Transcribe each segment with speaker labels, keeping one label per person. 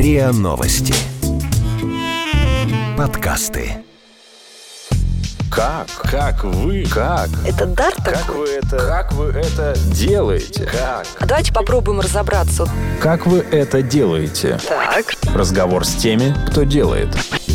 Speaker 1: РИА Новости. Подкасты. Как вы?
Speaker 2: Это дар такой?
Speaker 3: Как вы это делаете? Как?
Speaker 2: А давайте попробуем разобраться.
Speaker 3: Как вы это делаете?
Speaker 2: Так.
Speaker 3: Разговор с теми, кто делает.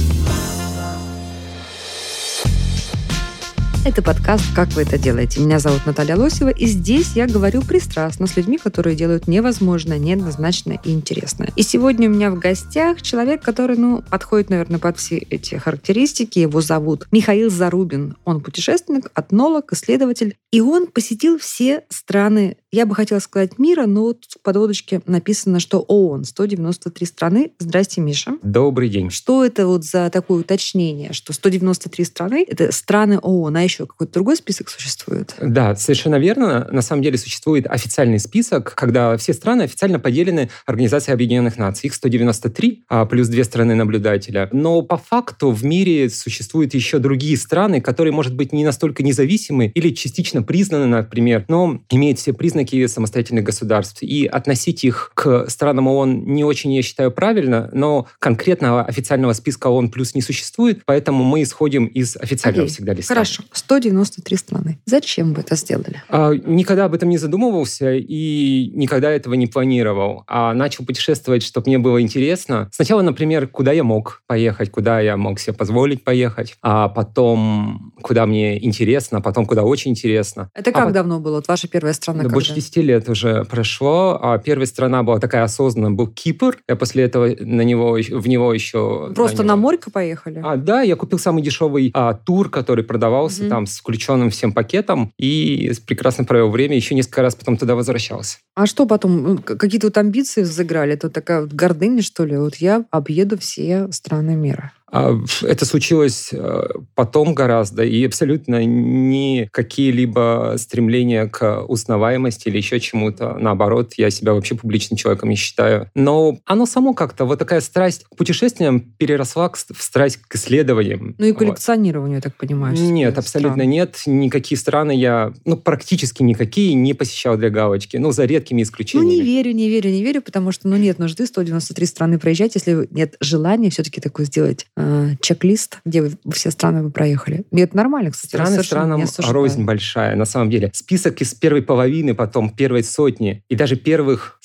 Speaker 4: Это подкаст «Как вы это делаете?». Меня зовут Наталья Лосева, и здесь я говорю пристрастно с людьми, которые делают невозможное, неоднозначное и интересное. И сегодня у меня в гостях человек, который, подходит, наверное, под все эти характеристики. Его зовут Михаил Зарубин. Он путешественник, этнолог, исследователь. И он посетил все страны, я бы хотела сказать, мира, но вот в подводочке написано, что ООН, 193 страны. Здрасте, Миша.
Speaker 5: Добрый день.
Speaker 4: Что это вот за такое уточнение, что 193 страны — это страны ООН, а еще какой-то другой список существует?
Speaker 5: Да, совершенно верно. На самом деле существует официальный список, когда все страны официально поделены Организацией Объединенных Наций. Их 193, плюс 2 страны-наблюдателя. Но по факту в мире существуют еще другие страны, которые, может быть, не настолько независимы или частично признаны, например, но имеют все признаки самостоятельных государств. И относить их к странам ООН не очень, я считаю, правильно, но конкретного официального списка ООН плюс не существует, поэтому мы исходим из официального всегда листа.
Speaker 4: Хорошо. 193 страны. Зачем вы это сделали?
Speaker 5: Никогда об этом не задумывался и никогда этого не планировал. Начал путешествовать, чтобы мне было интересно. Сначала, например, куда я мог поехать, куда я мог себе позволить поехать, а потом, куда мне интересно, а потом, куда очень интересно.
Speaker 4: Это как давно было? Вот ваша первая страна?
Speaker 5: Больше 10 лет уже прошло. Первая страна была такая осознанная, был Кипр. Я после этого в него еще...
Speaker 4: Просто на морько поехали?
Speaker 5: Да, я купил самый дешевый тур, который продавался там с включенным всем пакетом, и прекрасно провел время, еще несколько раз потом туда возвращался.
Speaker 4: А что потом? Какие-то вот амбиции взыграли? Это такая вот гордыня, что ли? Вот я объеду все страны мира.
Speaker 5: Это случилось потом гораздо, и абсолютно не какие-либо стремления к узнаваемости или еще чему-то. Наоборот, я себя вообще публичным человеком не считаю. Но оно само как-то, вот такая страсть к путешествиям переросла в страсть к исследованиям.
Speaker 4: И коллекционированию, я так понимаю.
Speaker 5: Нет, абсолютно нет. Никакие страны я, практически никакие не посещал для галочки. За редкими исключениями.
Speaker 4: Не верю, потому что, нет нужды 193 страны проезжать, если нет желания все-таки такое сделать чек-лист, где вы все страны проехали. И это нормально, кстати.
Speaker 5: Страны странам рознь большая, на самом деле. Список из первой половины, потом первой сотни и даже первых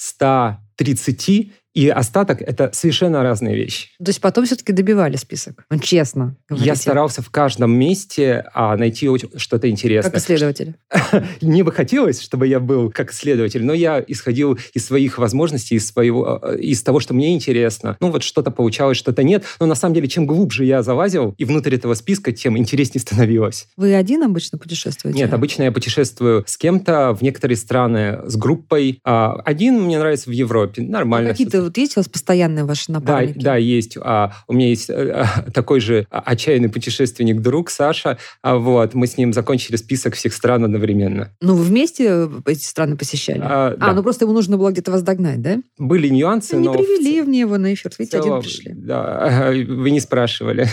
Speaker 5: 130 и остаток — это совершенно разные вещи.
Speaker 4: То есть потом все-таки добивали список? Честно говорите.
Speaker 5: Я старался в каждом месте найти что-то интересное.
Speaker 4: Как исследователь?
Speaker 5: Мне бы хотелось, чтобы я был как исследователь, но я исходил из своих возможностей, из того, что мне интересно. Что-то получалось, что-то нет. Но на самом деле, чем глубже я залазил и внутрь этого списка, тем интереснее становилось.
Speaker 4: Вы один обычно путешествуете?
Speaker 5: Нет, обычно я путешествую с кем-то в некоторые страны, с группой. Один мне нравится в Европе. Нормально.
Speaker 4: Какие-то есть у вас постоянные ваши напарники?
Speaker 5: Да, есть. У меня есть такой же отчаянный путешественник-друг Саша. Мы с ним закончили список всех стран одновременно.
Speaker 4: Вы вместе эти страны посещали?
Speaker 5: Да.
Speaker 4: Просто ему нужно было где-то вас догнать, да?
Speaker 5: Были нюансы,
Speaker 4: но... Не привели мне его на эфир. Видите, один пришли.
Speaker 5: Да, вы не спрашивали.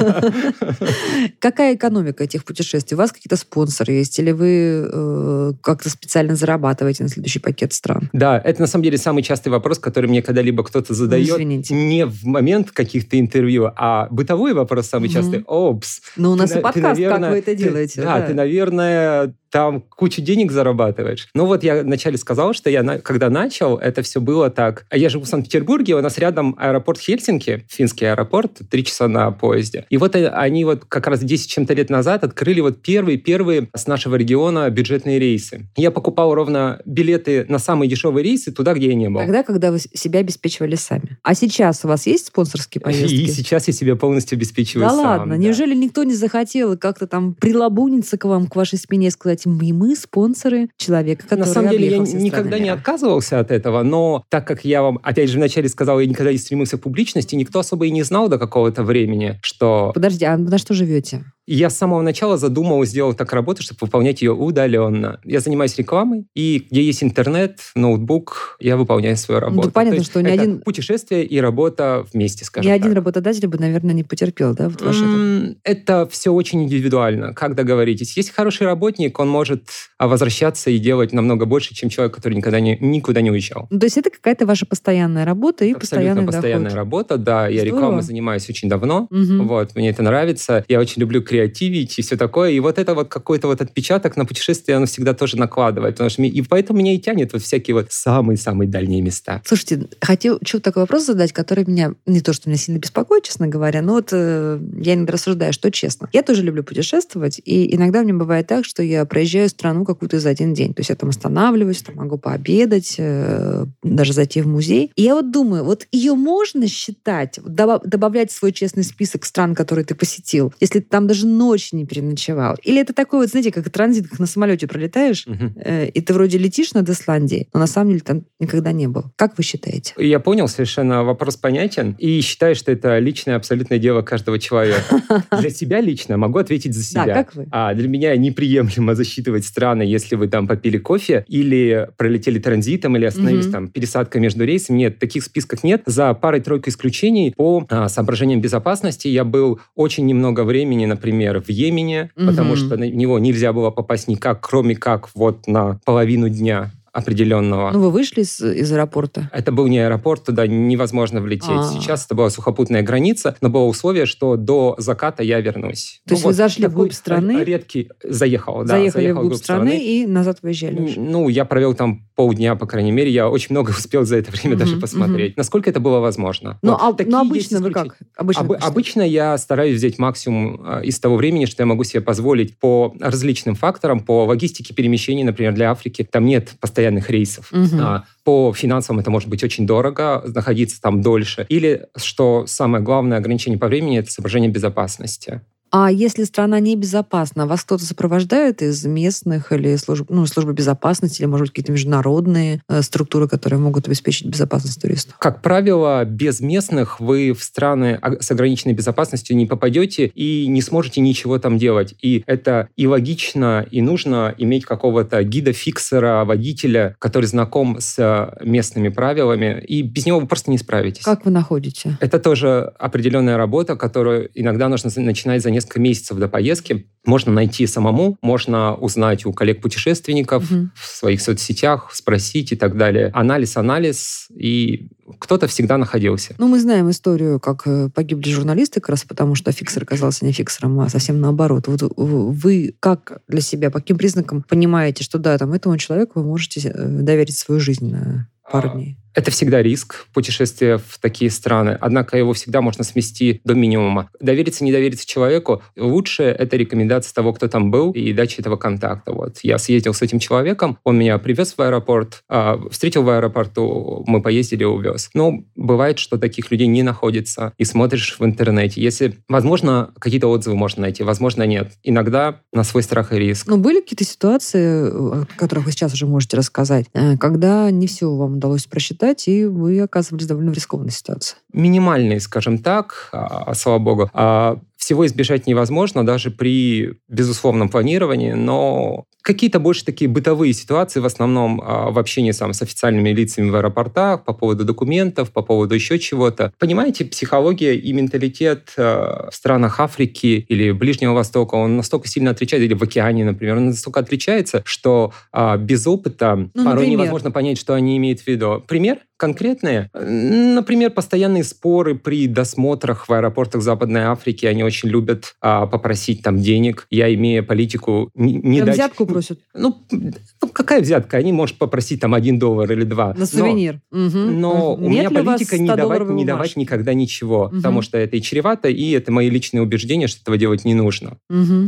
Speaker 4: Какая экономика этих путешествий? У вас какие-то спонсоры есть? Или вы как-то специально зарабатываете на следующий пакет стран?
Speaker 5: Да, это на самом деле самый частый вопрос, который мне когда-либо кто-то задает.
Speaker 4: Извините.
Speaker 5: Не в момент каких-то интервью, а бытовой вопрос самый частый. Опс.
Speaker 4: У нас и подкаст, как вы это делаете.
Speaker 5: Ты, наверное, там кучу денег зарабатываешь. Я вначале сказал, что я, когда начал, это все было так. Я живу в Санкт-Петербурге, у нас рядом аэропорт Хельсинки, финский аэропорт, 3 часа на поезде. И они как раз 10 чем-то лет назад открыли первые с нашего региона бюджетные рейсы. Я покупал ровно билеты на самые дешевые рейсы туда, где я не был.
Speaker 4: Тогда, когда вы себя обеспечивали сами. А сейчас у вас есть спонсорские поездки?
Speaker 5: И сейчас я себя полностью обеспечиваю сам.
Speaker 4: Да ладно? Неужели никто не захотел как-то там прилабуниться к вам, к вашей спине и сказать: мы спонсоры человека, который
Speaker 5: на самом деле я
Speaker 4: объехал все
Speaker 5: никогда
Speaker 4: страны
Speaker 5: не
Speaker 4: мира.
Speaker 5: Отказывался от этого, но так как я вам, опять же, вначале сказал, я никогда не стремился к публичности, никто особо и не знал до какого-то времени, что...
Speaker 4: Подожди, а на что живете?
Speaker 5: Я с самого начала задумал сделать так работу, чтобы выполнять ее удаленно. Я занимаюсь рекламой, и где есть интернет, ноутбук, я выполняю свою работу.
Speaker 4: Ну, понятно, что ни один...
Speaker 5: путешествие и работа вместе, скажем
Speaker 4: так.
Speaker 5: Ни
Speaker 4: один работодатель бы, наверное, не потерпел, да? Вот
Speaker 5: это все очень индивидуально. Как договоритесь? Если хороший работник, он может возвращаться и делать намного больше, чем человек, который никуда не уезжал.
Speaker 4: То есть это какая-то ваша постоянная работа и
Speaker 5: абсолютно постоянная работа, да. Я рекламой занимаюсь очень давно. Вот, мне это нравится. Я очень люблю креативить и все такое. И вот это вот какой-то вот отпечаток на путешествие, оно всегда тоже накладывает. И поэтому меня и тянет вот всякие вот самые-самые дальние места.
Speaker 4: Слушайте, хочу такой вопрос задать, который меня, не то, что меня сильно беспокоит, честно говоря, но вот я иногда рассуждаю, что честно. Я тоже люблю путешествовать, и иногда мне бывает так, что я проезжаю страну какую-то за один день. То есть я там останавливаюсь, там могу пообедать, даже зайти в музей. И я вот думаю, вот ее можно считать, добавлять в свой честный список стран, которые ты посетил, если ты там даже ночь не переночевал? Или это такой вот, знаете, как транзит, как на самолете пролетаешь, и ты вроде летишь над Исландией, но на самом деле там никогда не был. Как вы считаете?
Speaker 5: Я понял, совершенно вопрос понятен, и считаю, что это личное абсолютное дело каждого человека. Для себя лично могу ответить за себя.
Speaker 4: Да, как вы?
Speaker 5: Для меня неприемлемо засчитывать страны, если вы там попили кофе, или пролетели транзитом, или остановились там, пересадка между рейсами. Нет, таких списков нет. За парой-тройкой исключений по соображениям безопасности я был очень немного времени, например, в Йемене, потому что на него нельзя было попасть никак, кроме как вот на половину дня определенного.
Speaker 4: Ну, вы вышли из аэропорта?
Speaker 5: Это был не аэропорт, туда невозможно влететь. Сейчас это была сухопутная граница, но было условие, что до заката я вернусь.
Speaker 4: То есть вы зашли вглубь страны?
Speaker 5: Редкий. Заехал
Speaker 4: вглубь страны и назад выезжали уже?
Speaker 5: Ну, я провел там полдня, по крайней мере. Я очень много успел за это время даже посмотреть. Насколько это было возможно.
Speaker 4: Но обычно вы как?
Speaker 5: Обычно я стараюсь взять максимум из того времени, что я могу себе позволить по различным факторам, по логистике перемещений, например, для Африки. Там нет постоянных рейсов. По финансовым это может быть очень дорого, находиться там дольше. Или, что самое главное ограничение по времени, это соображение безопасности.
Speaker 4: А если страна небезопасна, вас кто-то сопровождает из местных или службы безопасности, или, может быть, какие-то международные структуры, которые могут обеспечить безопасность туристов?
Speaker 5: Как правило, без местных вы в страны с ограниченной безопасностью не попадете и не сможете ничего там делать. И это и логично, и нужно иметь какого-то гида-фиксера, водителя, который знаком с местными правилами, и без него вы просто не справитесь.
Speaker 4: Как вы находите?
Speaker 5: Это тоже определенная работа, которую иногда нужно начинать за несколько месяцев до поездки. Можно найти самому, можно узнать у коллег-путешественников в своих соцсетях, спросить и так далее. Анализ, и кто-то всегда находился.
Speaker 4: Мы знаем историю, как погибли журналисты, как раз потому, что фиксер оказался не фиксером, а совсем наоборот. Вот вы как для себя, по каким признакам понимаете, что да, там этому человеку вы можете доверить свою жизнь на пару дней?
Speaker 5: Это всегда риск путешествия в такие страны, однако его всегда можно свести до минимума. Довериться, не довериться человеку, лучше это рекомендация того, кто там был, и дача этого контакта. Вот. Я съездил с этим человеком, он меня привез в аэропорт, встретил в аэропорту, мы поездили и увез. Но бывает, что таких людей не находится, и смотришь в интернете. Если, возможно, какие-то отзывы можно найти, возможно, нет. Иногда на свой страх и риск.
Speaker 4: Но были какие-то ситуации, о которых вы сейчас уже можете рассказать, когда не все вам удалось просчитать, и вы оказывались довольно в рискованной ситуации?
Speaker 5: Минимальные, скажем так, слава богу. Всего избежать невозможно, даже при безусловном планировании, но какие-то больше такие бытовые ситуации, в основном в общении с официальными лицами в аэропортах, по поводу документов, по поводу еще чего-то. Понимаете, психология и менталитет в странах Африки или Ближнего Востока, он настолько сильно отличается, или в океане, например, он настолько отличается, что без опыта порой невозможно понять, что они имеют в виду. Пример конкретные. Например, постоянные споры при досмотрах в аэропортах Западной Африки. Они очень любят попросить там денег. Я, имея политику, не дать...
Speaker 4: Взятку просят?
Speaker 5: Какая взятка? Они, может, попросить там $1 или 2.
Speaker 4: На сувенир.
Speaker 5: Но у меня политика не давать никогда ничего. Потому что это и чревато, и это мои личные убеждения, что этого делать не нужно.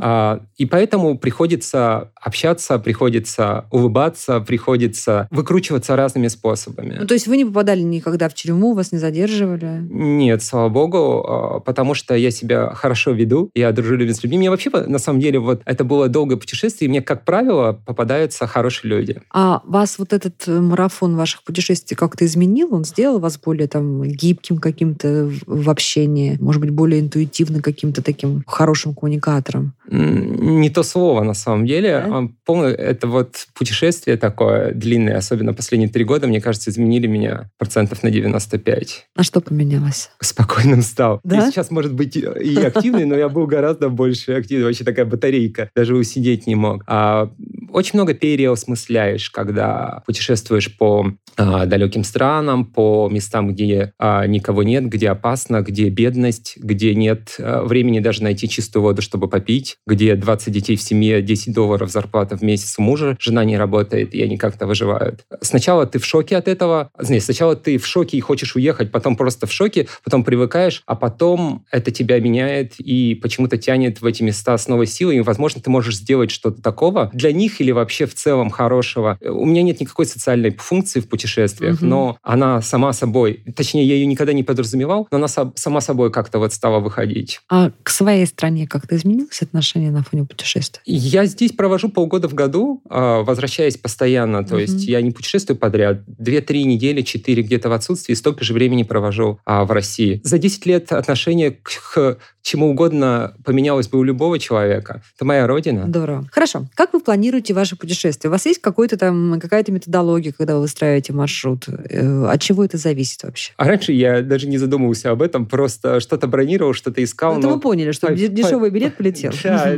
Speaker 5: И поэтому приходится общаться, приходится улыбаться, приходится выкручиваться разными способами.
Speaker 4: То есть вы вы не попадали никогда в тюрьму, вас не задерживали?
Speaker 5: Нет, слава богу, потому что я себя хорошо веду, я дружелюбен с людьми. Мне вообще, на самом деле, вот это было долгое путешествие, и мне, как правило, попадаются хорошие люди.
Speaker 4: А вас вот этот марафон ваших путешествий как-то изменил? Он сделал вас более гибким каким-то в общении? Может быть, более интуитивным каким-то таким хорошим коммуникатором?
Speaker 5: Не то слово, на самом деле. Да? Помню, это вот путешествие такое длинное, особенно последние 3 года, мне кажется, изменили меня 95%.
Speaker 4: А что поменялось?
Speaker 5: Спокойным стал.
Speaker 4: Да?
Speaker 5: Я сейчас, может быть, и активный, но я был гораздо больше активный. Вообще такая батарейка. Даже усидеть не мог. Очень много переосмысляешь, когда путешествуешь по далеким странам, по местам, где никого нет, где опасно, где бедность, где нет времени даже найти чистую воду, чтобы попить, где 20 детей в семье, $10 зарплата в месяц у мужа, жена не работает, и они как-то выживают. Сначала ты в шоке от этого. Нет, сначала ты в шоке и хочешь уехать, потом просто в шоке, потом привыкаешь, а потом это тебя меняет и почему-то тянет в эти места с новой силой, и, возможно, ты можешь сделать что-то такого для них или вообще в целом хорошего. У меня нет никакой социальной функции в путешествиях, но она сама собой, точнее, я ее никогда не подразумевал, но она сама собой как-то вот стала выходить.
Speaker 4: А к своей стране как-то изменилось отношение на фоне путешествий?
Speaker 5: Я здесь провожу полгода в году, возвращаясь постоянно, то есть я не путешествую подряд, 2-3 недели, 4 где-то в отсутствии, столько же времени провожу в России. За 10 лет отношение к чему угодно поменялось бы у любого человека. Это моя родина.
Speaker 4: Здорово. Хорошо. Как вы планируете ваши путешествия? У вас есть какая-то методология, когда вы выстраиваете маршрут? От чего это зависит вообще?
Speaker 5: А раньше я даже не задумывался об этом, просто что-то бронировал, что-то искал.
Speaker 4: Это вы поняли, что дешевый билет полетел.
Speaker 5: Да,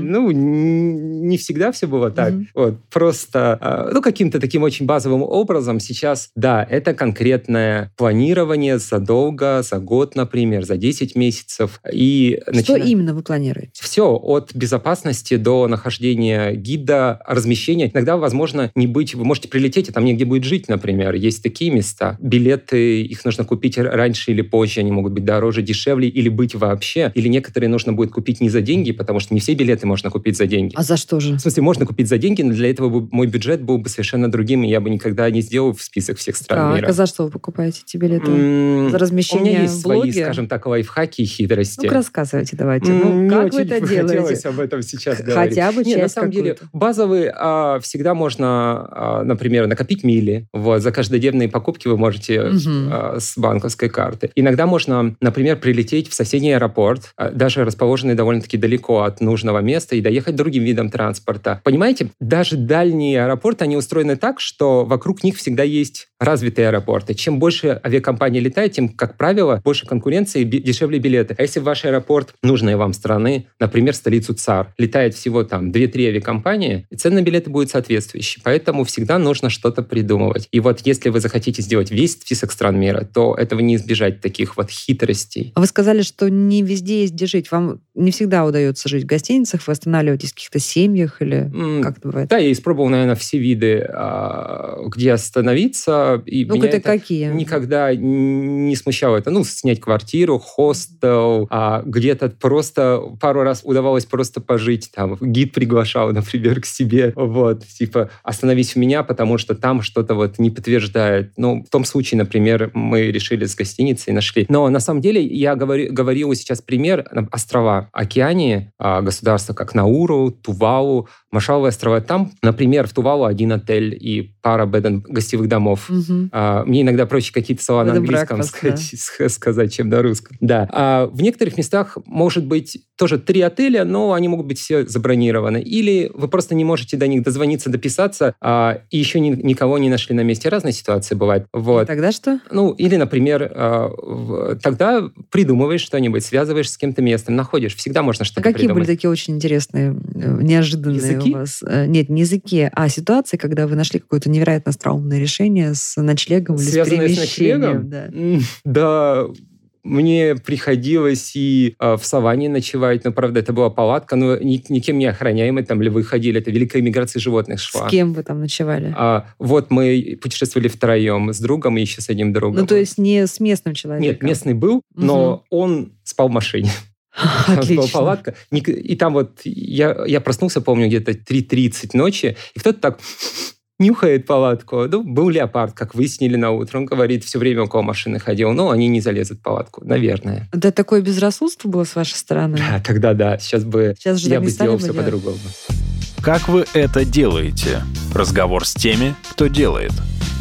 Speaker 5: не всегда все было так. Вот, просто, каким-то таким очень базовым образом сейчас, да, это конкретное планирование задолго, за год, например, за 10 месяцев. И
Speaker 4: что именно вы планируете?
Speaker 5: Все, от безопасности до нахождения гида, размещения. Иногда, возможно, не быть... Вы можете прилететь, а там негде будет жить, например. Есть такие места. Билеты, их нужно купить раньше или позже. Они могут быть дороже, дешевле, или быть вообще. Или некоторые нужно будет купить не за деньги, потому что не все билеты можно купить за деньги.
Speaker 4: А за что же?
Speaker 5: В смысле, можно купить за деньги, но для этого мой бюджет был бы совершенно другим, и я бы никогда не сделал в список всех стран мира.
Speaker 4: А за что вы покупаете эти билеты? За размещение в блоге?
Speaker 5: У меня есть свои, скажем так, лайфхаки и хитрости.
Speaker 4: Ну-ка, рассказывайте, давайте. Как вы это делаете?
Speaker 5: Хотелось об этом сейчас говорить.
Speaker 4: Хотя бы часть
Speaker 5: на самом деле, базовые всегда можно, например, накопить мили. Вот, за каждодневные покупки вы можете с банковской карты. Иногда можно, например, прилететь в соседний аэропорт, даже расположенный довольно-таки далеко от нужного места, и доехать другим видом транспорта. Понимаете, даже дальние аэропорты, они устроены так, что вокруг них всегда есть развитые аэропорты. Чем больше авиакомпаний летает, тем, как правило, больше конкуренции и дешевле билеты. А если в ваш аэропорт нужной вам страны, например, столицу ЦАР, летает всего 2-3 авиакомпании, и цены на билеты будут соответствующие. Поэтому всегда нужно что-то придумывать. И вот если вы захотите сделать весь список стран мира, то этого не избежать, таких вот хитростей.
Speaker 4: А вы сказали, что не везде есть где жить. Вам не всегда удается жить в гостиницах, вы останавливаетесь в каких-то семьях или как это бывает?
Speaker 5: Да, я испробовал, наверное, все виды, где остановиться. И меня это
Speaker 4: какие?
Speaker 5: Никогда не смущало. Это, снять квартиру, хостел, где-то просто пару раз удавалось просто пожить. Там гид приглашал, например, к себе. Вот, остановись у меня, потому что там что-то не подтверждает. В том случае, например, мы решили с гостиницей, нашли. Но на самом деле я говорил сейчас пример острова Океании, государства как Науру, Тувалу, Маршалловы острова. Там, например, в Тувалу один отель и пара гостевых домов. Мне иногда проще какие-то слова на английском сказать, чем на русском. Да. В некоторых местах может быть тоже 3 отеля, но они могут быть все забронированы. Или вы просто не можете до них дозвониться, дописаться, и еще никого не нашли на месте. Разные ситуации бывают. Вот.
Speaker 4: Тогда что?
Speaker 5: Или, например, тогда придумываешь что-нибудь, связываешь с кем-то местом, находишь. Всегда можно что-то придумать.
Speaker 4: Какие были такие очень интересные, неожиданные
Speaker 5: языки?
Speaker 4: У вас? Нет, не языки, а ситуации, когда вы нашли какое-то невероятно остроумное решение с ночлегом или
Speaker 5: связанное
Speaker 4: с перемещением?
Speaker 5: С ночлегом? Да. Мне приходилось и в саванне ночевать, но, правда, это была палатка, но никем не охраняемая, там львы ходили, это великая миграция животных шла.
Speaker 4: С кем вы там ночевали?
Speaker 5: Вот мы путешествовали втроем, с другом и еще с одним другом.
Speaker 4: То есть не с местным человеком?
Speaker 5: Нет, местный был, но он спал в машине.
Speaker 4: Отлично.
Speaker 5: Была палатка. И там я проснулся, помню, где-то 3:30 ночи, и кто-то так Нюхает палатку. Ну, был леопард, как выяснили на утро. Он говорит, все время около машины ходил. Ну, они не залезут в палатку, наверное.
Speaker 4: Да, такое безрассудство было с вашей стороны.
Speaker 5: Да, тогда да. Сейчас
Speaker 4: же
Speaker 5: я бы сделал все по-другому.
Speaker 3: Как вы это делаете? Разговор с теми, кто делает.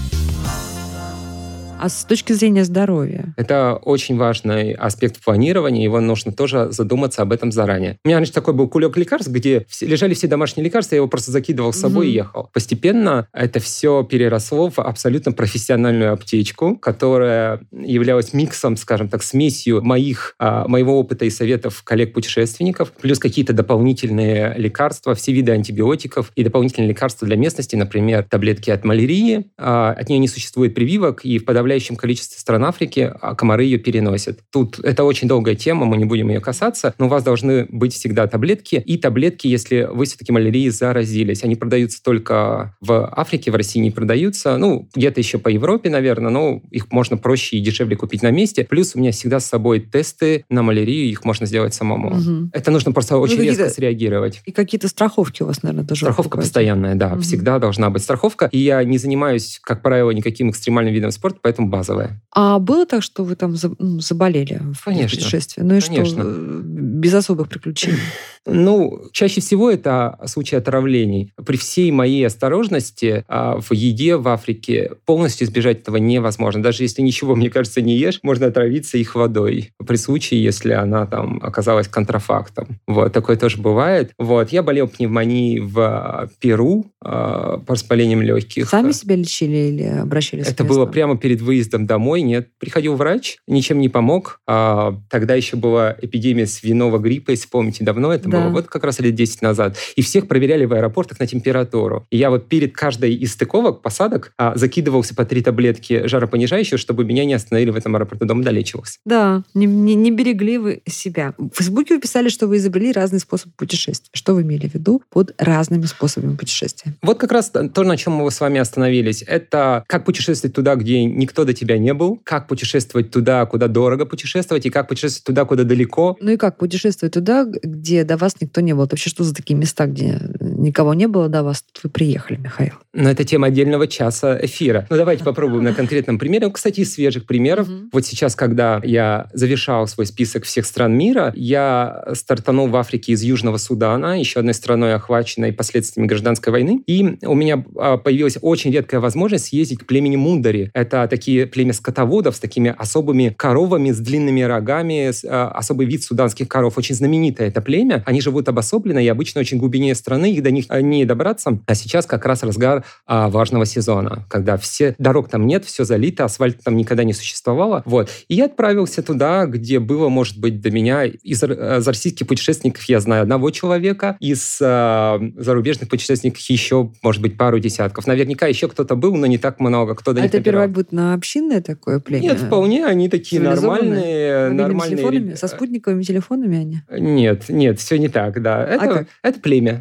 Speaker 4: А с точки зрения здоровья?
Speaker 5: Это очень важный аспект планирования, его нужно тоже задуматься об этом заранее. У меня раньше такой был кулек лекарств, где лежали все домашние лекарства, я его просто закидывал с собой и ехал. Постепенно это все переросло в абсолютно профессиональную аптечку, которая являлась миксом, скажем так, смесью моего опыта и советов коллег-путешественников, плюс какие-то дополнительные лекарства, все виды антибиотиков и дополнительные лекарства для местности, например, таблетки от малярии. От нее не существует прививок, и в подавляющем количестве стран Африки комары ее переносят. Тут это очень долгая тема, мы не будем ее касаться, но у вас должны быть всегда таблетки. И таблетки, если вы все-таки малярией заразились. Они продаются только в Африке, в России не продаются. Ну, где-то еще по Европе, наверное, но их можно проще и дешевле купить на месте. Плюс у меня всегда с собой тесты на малярию, их можно сделать самому. Это нужно просто очень резко среагировать.
Speaker 4: И какие-то страховки у вас, наверное, тоже
Speaker 5: Страховка постоянная, да. Всегда должна быть страховка. И я не занимаюсь, как правило, никаким экстремальным видом спорта, поэтому базовая.
Speaker 4: А было так, что вы там заболели в путешествии? Ну и
Speaker 5: Конечно.
Speaker 4: что? Без особых приключений?
Speaker 5: Ну, чаще всего это случаи отравлений. При всей моей осторожности в еде в Африке полностью избежать этого невозможно. Даже если ничего, мне кажется, не ешь, можно отравиться их водой. При случае, если она там оказалась контрафактом. Вот, такое тоже бывает. Вот, я болел пневмонией в Перу по воспалением легких.
Speaker 4: Сами себя лечили или обращались к
Speaker 5: Это было прямо перед выездом домой. Нет, приходил врач, ничем не помог. Тогда еще была эпидемия свиного гриппа, если помните, давно это было. Вот как раз лет 10 назад. И всех проверяли в аэропортах на температуру. И я вот перед каждой из стыковок, посадок, закидывался по 3 таблетки жаропонижающего, чтобы меня не остановили в этом аэропорту. Дома долечивался.
Speaker 4: Да, не берегли вы себя. В Фейсбуке вы писали, что вы изобрели разные способы путешествия. Что вы имели в виду под разными способами путешествия?
Speaker 5: Вот как раз то, на чем мы с вами остановились. Это как путешествовать туда, где никто до тебя не был, как путешествовать туда, куда дорого путешествовать, и как путешествовать туда, куда далеко.
Speaker 4: Ну и как путешествовать туда, где до вас никто не был? Это вообще что за такие места, где никого не было до вас? Тут вы приехали, Михаил.
Speaker 5: Но это тема отдельного часа эфира. Ну давайте попробуем на конкретном примере. Кстати, из свежих примеров. Вот сейчас, когда я завершал свой список всех стран мира, я стартанул в Африке из Южного Судана, еще одной страной, охваченной последствиями гражданской войны. И у меня появилась очень редкая возможность съездить к племени Мундари. Это такие племя скотоводов с такими особыми коровами, с длинными рогами, особый вид суданских коров. Очень знаменитое это племя. Они живут обособленно, и обычно очень в глубине страны, их до них не добраться. А сейчас как раз разгар важного сезона, когда дорог там нет, все залито, асфальта там никогда не существовало. Вот. И я отправился туда, где было, может быть, до меня. Из российских путешественников я знаю одного человека, из зарубежных путешественников еще, может быть, пару десятков. Наверняка еще кто-то был, но не так много. Кто до них
Speaker 4: это первобытно-общинное такое племя?
Speaker 5: Нет, вполне, они такие нормальные.
Speaker 4: Телефонами? Со спутниковыми телефонами они?
Speaker 5: Нет, все не так, да. Это племя.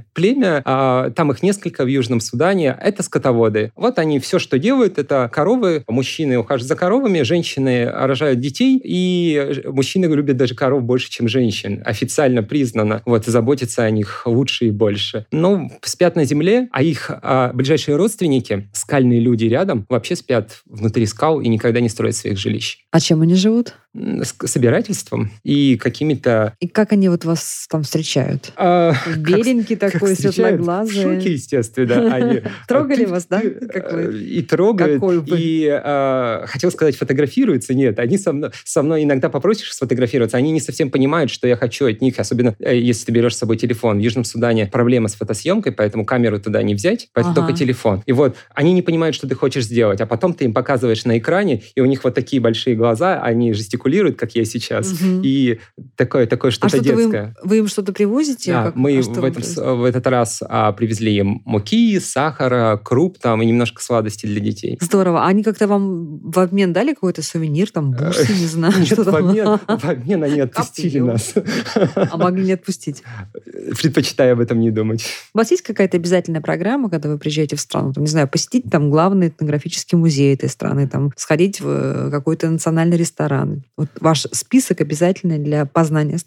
Speaker 5: Там их несколько в Южном Судане. Это скотоводы. Вот они все, что делают, это коровы. Мужчины ухаживают за коровами, женщины рожают детей, и мужчины любят даже коров больше, чем женщин. Официально признано. Вот, и заботятся о них лучше и больше. Но спят на земле, а их ближайшие родственники, скальные люди рядом, вообще спят внутри скал и никогда не строят своих жилищ.
Speaker 4: А чем они живут?
Speaker 5: Собирательством и какими-то...
Speaker 4: И как они вот вас там встречают? Беленький такой, светлоглазый.
Speaker 5: В шоке, естественно.
Speaker 4: Трогали вас, да?
Speaker 5: И трогают, и, хотел сказать, фотографируются. Нет, они со мной иногда попросишь сфотографироваться, они не совсем понимают, что я хочу от них, особенно если ты берешь с собой телефон. В Южном Судане проблема с фотосъемкой, поэтому камеру туда не взять, поэтому только телефон. И вот они не понимают, что ты хочешь сделать, а потом ты им показываешь на экране, и у них вот такие большие глаза, они жестикулируют, как я сейчас, и такое что-то детское.
Speaker 4: Вы им что-то привозите?
Speaker 5: Да, мы в этот раз привезли им муки, сахара, круп там и немножко сладостей для детей.
Speaker 4: Здорово. А они как-то вам в обмен дали какой-то сувенир, там, бусы, не знаю,
Speaker 5: что там? В обмен они отпустили нас.
Speaker 4: А могли не отпустить?
Speaker 5: Предпочитаю об этом не думать.
Speaker 4: У вас есть какая-то обязательная программа, когда вы приезжаете в страну? Там, не знаю, посетить там главный этнографический музей этой страны, там, сходить в какой-то национальный ресторан. Вот ваш список обязательный для познания страны.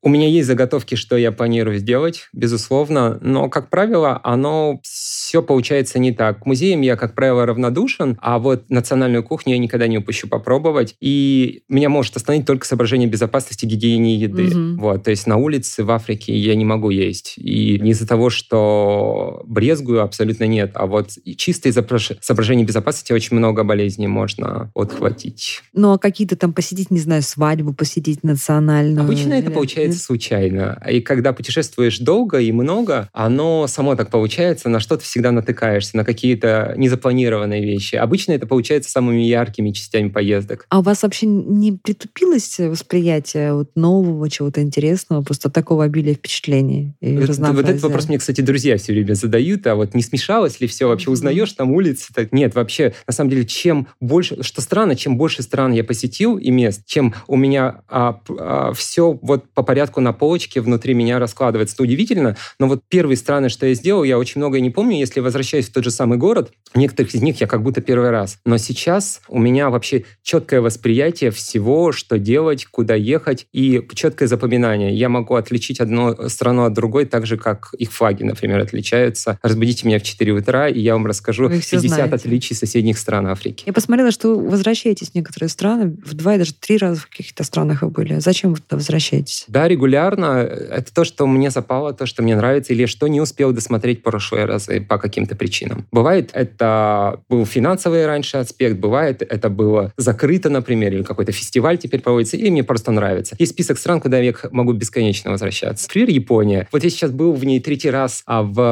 Speaker 5: У меня есть заготовки, что я планирую сделать, безусловно, но, как правило, оно все получается не так. К музеям я, как правило, равнодушен, а вот национальную кухню я никогда не упущу попробовать. И меня может остановить только соображение безопасности, гигиены еды. Вот, то есть на улице в Африке я не могу есть. И не из-за того, что брезгую, абсолютно нет. А вот чисто из-за соображений безопасности очень много болезней можно отхватить.
Speaker 4: Ну, а какие-то там посетить, не знаю, свадьбу, посетить национальную?
Speaker 5: Обычно это получается случайно. И когда путешествуешь долго и много, оно само так получается, на что ты всегда натыкаешься, на какие-то незапланированные вещи. Обычно это получается самыми яркими частями поездок.
Speaker 4: А у вас вообще не притупилось восприятие вот нового, чего-то интересного, просто такого обилия впечатлений и разнообразия?
Speaker 5: Вот этот вопрос мне, кстати, друзья все время задают, а вот не смешалось ли все? Вообще узнаешь там улицы? Нет, вообще, на самом деле, чем больше, что странно, чем больше стран я посетил и мест, чем у меня все вот по порядку на полочке внутри меня раскладывается. Это удивительно, но вот первые страны, что я сделал, я очень многое не помню. Если возвращаюсь в тот же самый город, в некоторых из них я как будто первый раз. Но сейчас у меня вообще четкое восприятие всего, что делать, куда ехать, и четкое запоминание. Я могу отличить одну страну от другой, так же, как их флаги, например, отличаются. Разбудите меня в 4 утра, и я вам расскажу 50 отличий соседних стран Африки.
Speaker 4: Я посмотрела, что вы возвращаетесь в некоторые страны, в 2 и даже 3 раза в каких-то странах вы были. Зачем вы туда возвращаетесь?
Speaker 5: Да, регулярно. Это то, что мне запало, то, что мне нравится, или что не успел досмотреть в прошлые разы по каким-то причинам. Бывает, это был финансовый раньше аспект, бывает, это было закрыто, например, или какой-то фестиваль теперь проводится, или мне просто нравится. Есть список стран, куда я могу бесконечно возвращаться. Например, Япония. Вот я сейчас был в ней 3 раз,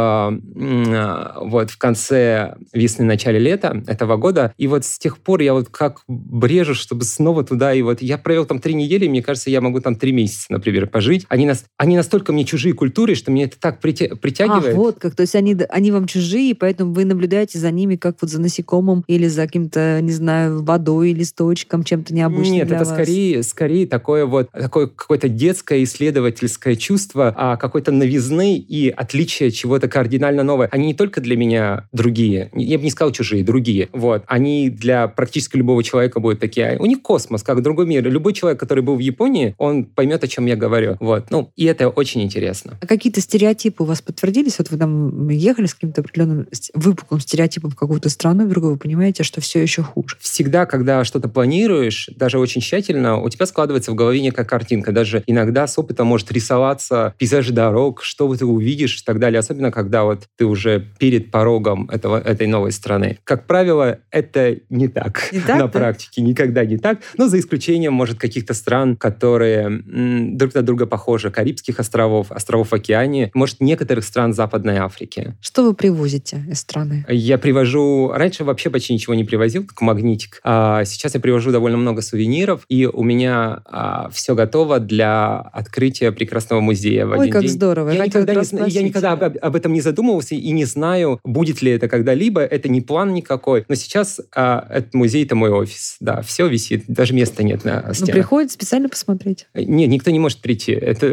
Speaker 5: в конце весны, начале лета этого года, и вот с тех пор я вот как брежу, чтобы снова туда, и вот я провел там 3 недели, и мне кажется, я могу там 3 месяца, например, пожить. Они настолько мне чужие культуры, что мне это так притягивает.
Speaker 4: Вот как. То есть они вам чужие, поэтому вы наблюдаете за ними как вот за насекомым или за каким-то, не знаю, водой, листочком, чем-то необычным.
Speaker 5: Нет,
Speaker 4: для
Speaker 5: это
Speaker 4: вас.
Speaker 5: скорее такое какое-то детское исследовательское чувство какой-то новизны и отличия чего-то кардинально новое. Они не только для меня другие, я бы не сказал чужие, другие. Вот. Они для практически любого человека будут такие. У них космос, как другой мир. Любой человек, который был в Японии, он поймет, о чем я говорю. Вот. И это очень интересно.
Speaker 4: А какие-то стереотипы у вас подтвердились? Вот вы там ехали с каким-то определенным выпуклым стереотипом в какую-то страну, вдруг вы понимаете, что все еще хуже.
Speaker 5: Всегда, когда что-то планируешь, даже очень тщательно, у тебя складывается в голове некая картинка. Даже иногда с опытом может рисоваться пейзажи дорог, что ты увидишь и так далее. Особенно, когда вот ты уже перед порогом этой новой страны. Как правило, это не так на практике. Никогда не так. Но за исключением, может, каких-то стран, которые друг на друга похожи. Карибских островов в океане, может, некоторых стран Западной Африки.
Speaker 4: Что вы привозите из страны?
Speaker 5: Я привожу... Раньше вообще почти ничего не привозил, только магнитик. А сейчас я привожу довольно много сувениров, и у меня все готово для открытия прекрасного музея в один день.
Speaker 4: Ой, как здорово.
Speaker 5: Я никогда об этом не задумывался и не знаю, будет ли это когда-либо. Это не план никакой. Но сейчас этот музей — это мой офис. Да, все висит. Даже места нет на стенах.
Speaker 4: Приходит специально посмотреть?
Speaker 5: Нет, никто не может прийти. Это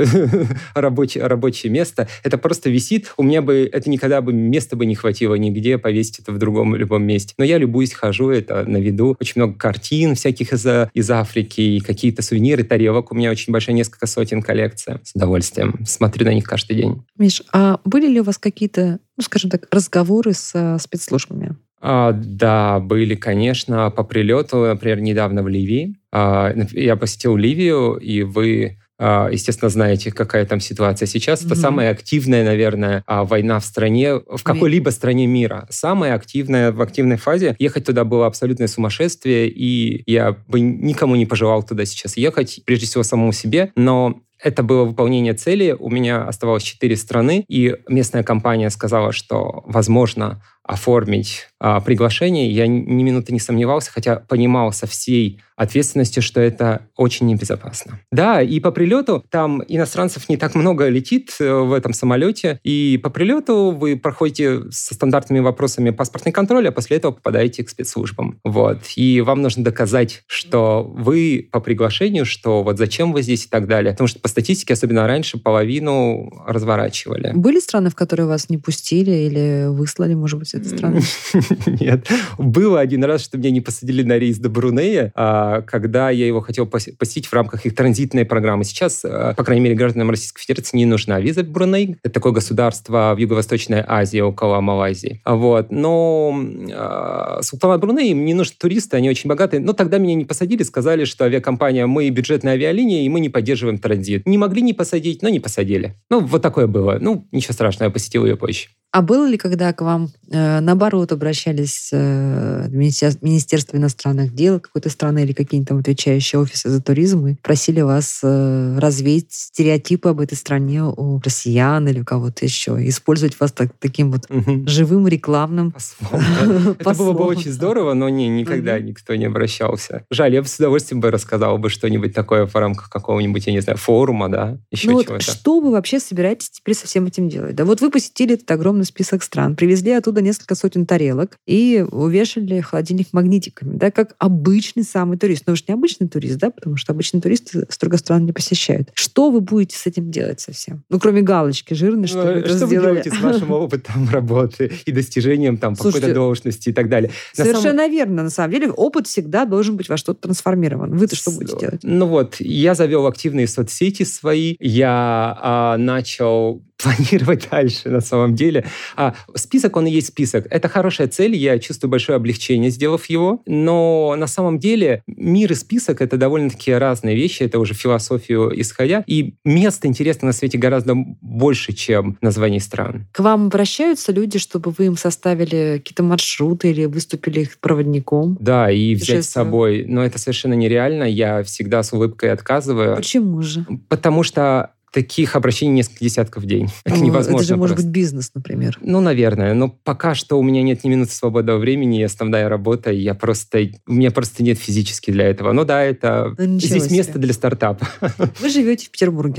Speaker 5: рабочее место. Это просто висит. У меня бы это никогда бы места бы не хватило нигде повесить это в любом месте. Но я любуюсь, хожу, это на виду. Очень много картин всяких из Африки, и какие-то сувениры, тарелок. У меня очень большая, несколько сотен коллекция. С удовольствием смотрю на них каждый день.
Speaker 4: Миш, а были ли у вас какие-то, скажем так, разговоры с спецслужбами?
Speaker 5: Да, были, конечно. По прилету, например, недавно в Ливии. Я посетил Ливию, и вы... естественно, знаете, какая там ситуация сейчас. Это самая активная, наверное, война в стране, в какой-либо стране мира. Самая активная, в активной фазе. Ехать туда было абсолютное сумасшествие, и я бы никому не пожелал туда сейчас ехать, прежде всего самому себе, но это было выполнение цели. У меня оставалось 4 страны, и местная компания сказала, что возможно оформить приглашение. Я ни минуты не сомневался, хотя понимал со всей ответственностью, что это очень небезопасно. Да, и по прилету там иностранцев не так много летит в этом самолете, и по прилету вы проходите со стандартными вопросами паспортный контроль, а после этого попадаете к спецслужбам. Вот. И вам нужно доказать, что вы по приглашению, что вот зачем вы здесь и так далее. Потому что по статистике, особенно раньше, половину разворачивали.
Speaker 4: Были страны, в которые вас не пустили или выслали, может быть, с этой страны?
Speaker 5: Нет. Было один раз, что меня не посадили на рейс до Брунея, когда я его хотел посетить в рамках их транзитной программы. Сейчас, по крайней мере, гражданам Российской Федерации не нужна виза в Бруней. Это такое государство в Юго-Восточной Азии, около Малайзии. Вот. Но Султанат Бруней, им не нужны туристы, они очень богатые. Но тогда меня не посадили, сказали, что авиакомпания, мы бюджетная авиалиния, и мы не поддерживаем транзит. Не могли не посадить, но не посадили. Ну, вот такое было. Ну, ничего страшного, я посетил ее позже.
Speaker 4: А было ли, когда к вам, наоборот, обращались Министерство иностранных дел какой-то страны или какие-нибудь там отвечающие офисы за туризм и просили вас развеять стереотипы об этой стране у россиян или у кого-то еще, использовать вас таким вот живым рекламным послом?
Speaker 5: Это было бы очень здорово, но никогда никто не обращался. Жаль, я бы с удовольствием бы рассказал бы что-нибудь такое в рамках какого-нибудь, я не знаю, форума, да, еще чего-то.
Speaker 4: Вот что вы вообще собираетесь теперь со всем этим делать? Да вот вы посетили этот огромный список стран, привезли оттуда несколько сотен тарелок и увешали холодильник магнитиками, да, как обычный самый турист. Но вы же не обычный турист, да, потому что обычные туристы столько стран не посещают. Что вы будете с этим делать совсем? Ну, кроме галочки жирной, что вы это сделали.
Speaker 5: Что вы делаете с вашим опытом работы и достижением там какой-то должности и так далее?
Speaker 4: Совершенно верно. На самом деле опыт всегда должен быть во что-то трансформирован. Вы-то что будете делать?
Speaker 5: Ну вот, я завел активные соцсети свои, я начал планировать дальше, на самом деле. Список, он и есть список. Это хорошая цель, я чувствую большое облегчение, сделав его, но на самом деле мир и список — это довольно-таки разные вещи, это уже философию исходя, и мест интересно на свете гораздо больше, чем названий стран.
Speaker 4: К вам обращаются люди, чтобы вы им составили какие-то маршруты или выступили их проводником?
Speaker 5: Да, и взять с собой. Но это совершенно нереально, я всегда с улыбкой отказываю.
Speaker 4: Почему же?
Speaker 5: Потому что таких обращений несколько десятков в день. Это невозможно.
Speaker 4: Это же может быть бизнес, например.
Speaker 5: Ну, наверное. Но пока что у меня нет ни минуты свободного времени, основная работа, у меня просто нет физически для этого. Ну да, здесь место для стартапа.
Speaker 4: Вы живете в Петербурге.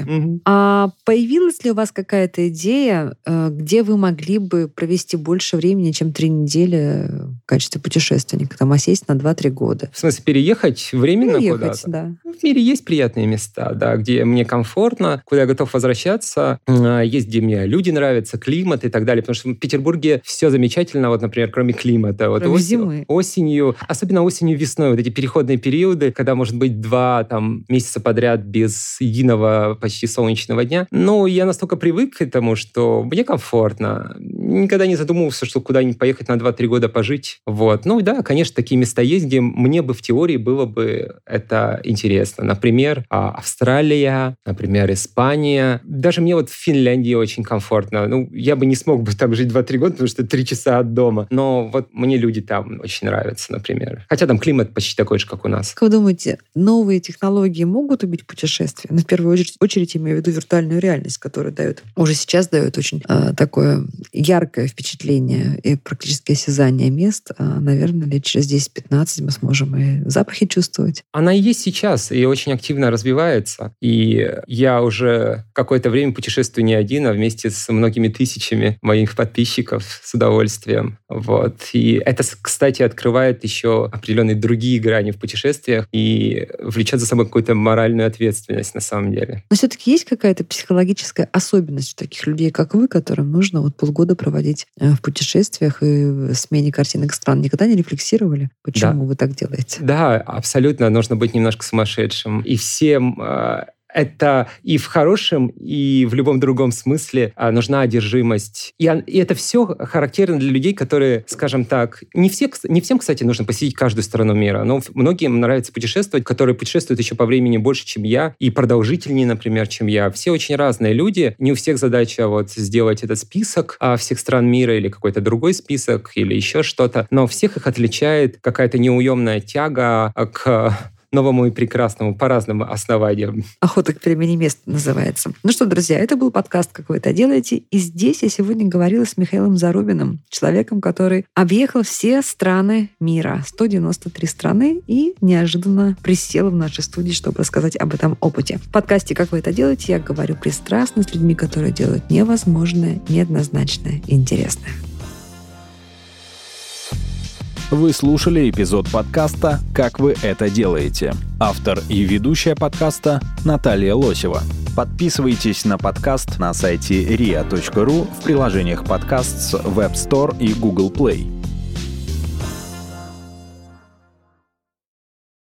Speaker 4: А появилась ли у вас какая-то идея, где вы могли бы провести больше времени, чем 3 недели в качестве путешественника? Там осесть на 2-3 года.
Speaker 5: В смысле, переехать временно куда-то?
Speaker 4: Да.
Speaker 5: В мире есть приятные места, да, где мне комфортно, куда я готов возвращаться. Есть, где мне люди нравятся, климат и так далее. Потому что в Петербурге все замечательно, вот, например, кроме климата. Вот
Speaker 4: зимы.
Speaker 5: Осенью, особенно осенью, весной, вот эти переходные периоды, когда может быть 2 месяца подряд без единого почти солнечного дня. Но я настолько привык к этому, что мне комфортно. Никогда не задумывался, что куда-нибудь поехать на 2-3 года пожить. Вот. Ну да, конечно, такие места есть, где мне бы в теории было бы это интересно. Например, Австралия, например, Испания. Даже мне вот в Финляндии очень комфортно. Ну, я бы не смог бы там жить 2-3 года, потому что 3 часа от дома. Но вот мне люди там очень нравятся, например. Хотя там климат почти такой же, как у нас.
Speaker 4: Как вы думаете, новые технологии могут убить путешествия? Ну, в первую очередь имею в виду виртуальную реальность, которая уже сейчас дает очень такое яркое впечатление и практически осязание мест. Наверное, лет через 10-15 мы сможем и запахи чувствовать.
Speaker 5: Она и есть сейчас, и очень активно развивается. И я уже какое-то время путешествую не один, а вместе с многими тысячами моих подписчиков с удовольствием. Вот. И это, кстати, открывает еще определенные другие грани в путешествиях и влечет за собой какую-то моральную ответственность на самом деле.
Speaker 4: Но все-таки есть какая-то психологическая особенность у таких людей, как вы, которым нужно полгода проводить в путешествиях и в смене картинок стран? Никогда не рефлексировали, почему вы так делаете?
Speaker 5: Да, абсолютно. Нужно быть немножко сумасшедшим. И всем... Это и в хорошем, и в любом другом смысле нужна одержимость. И это все характерно для людей, которые, скажем так, не всем, кстати, нужно посетить каждую страну мира, но многим нравится путешествовать, которые путешествуют еще по времени больше, чем я, и продолжительнее, например, чем я. Все очень разные люди. Не у всех задача сделать этот список всех стран мира или какой-то другой список, или еще что-то, но всех их отличает какая-то неуемная тяга к новому и прекрасному по разным основаниям.
Speaker 4: «Охота к перемене мест» называется. Ну что, друзья, это был подкаст «Как вы это делаете». И здесь я сегодня говорила с Михаилом Зарубиным, человеком, который объехал все страны мира, 193 страны, и неожиданно присел в нашей студии, чтобы рассказать об этом опыте. В подкасте «Как вы это делаете» я говорю пристрастно с людьми, которые делают невозможное, неоднозначное и интересное.
Speaker 3: Вы слушали эпизод подкаста «Как вы это делаете». Автор и ведущая подкаста Наталья Лосева. Подписывайтесь на подкаст на сайте ria.ru в приложениях подкаст с Web Store и Google Play.